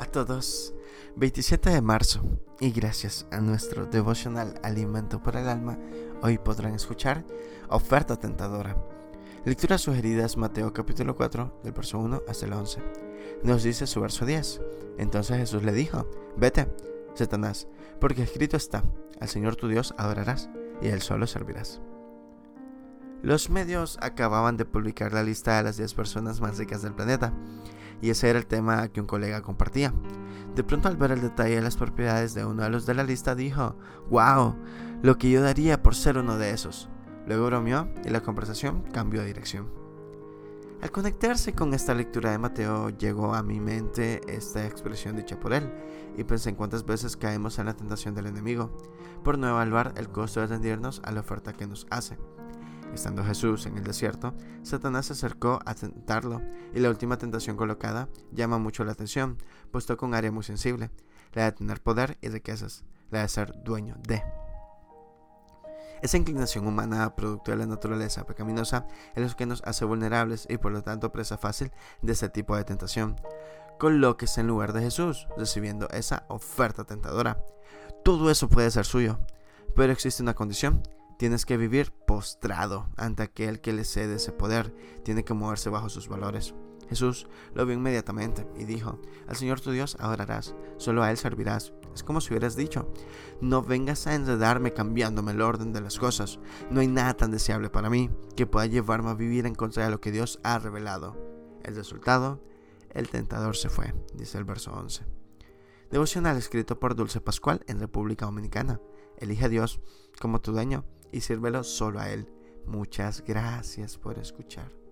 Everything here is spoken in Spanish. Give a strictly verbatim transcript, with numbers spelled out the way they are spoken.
todos, veintisiete de marzo, y gracias a nuestro devocional Alimento para el Alma, hoy podrán escuchar Oferta Tentadora. Lectura sugerida es Mateo capítulo cuatro, del verso uno hasta el once. Nos dice su verso diez. Entonces Jesús le dijo: Vete, Satanás, porque escrito está: al Señor tu Dios adorarás, y a Él solo servirás. Los medios acababan de publicar la lista de las diez personas más ricas del planeta, y ese era el tema que un colega compartía. De pronto, al ver el detalle de las propiedades de uno de los de la lista, dijo: ¡Wow! Lo que yo daría por ser uno de esos. Luego bromeó y la conversación cambió de dirección. Al conectarse con esta lectura de Mateo, llegó a mi mente esta expresión dicha por él, y pensé en cuántas veces caemos en la tentación del enemigo, por no evaluar el costo de rendirnos a la oferta que nos hace. Estando Jesús en el desierto, Satanás se acercó a tentarlo, y la última tentación colocada llama mucho la atención, pues toca un área muy sensible, la de tener poder y riquezas, la de ser dueño de. Esa inclinación humana, producto de la naturaleza pecaminosa, es lo que nos hace vulnerables y por lo tanto presa fácil de este tipo de tentación. Colóquese en lugar de Jesús, recibiendo esa oferta tentadora. Todo eso puede ser suyo, pero existe una condición. Tienes que vivir postrado ante aquel que le cede ese poder. Tiene que moverse bajo sus valores. Jesús lo vio inmediatamente y dijo: al Señor tu Dios adorarás, solo a Él servirás. Es como si hubieras dicho: no vengas a enredarme cambiándome el orden de las cosas. No hay nada tan deseable para mí que pueda llevarme a vivir en contra de lo que Dios ha revelado. El resultado: el tentador se fue, dice el verso once. Devocional escrito por Dulce Pascual en República Dominicana. Elige a Dios como tu dueño y sírvelo solo a Él. Muchas gracias por escuchar.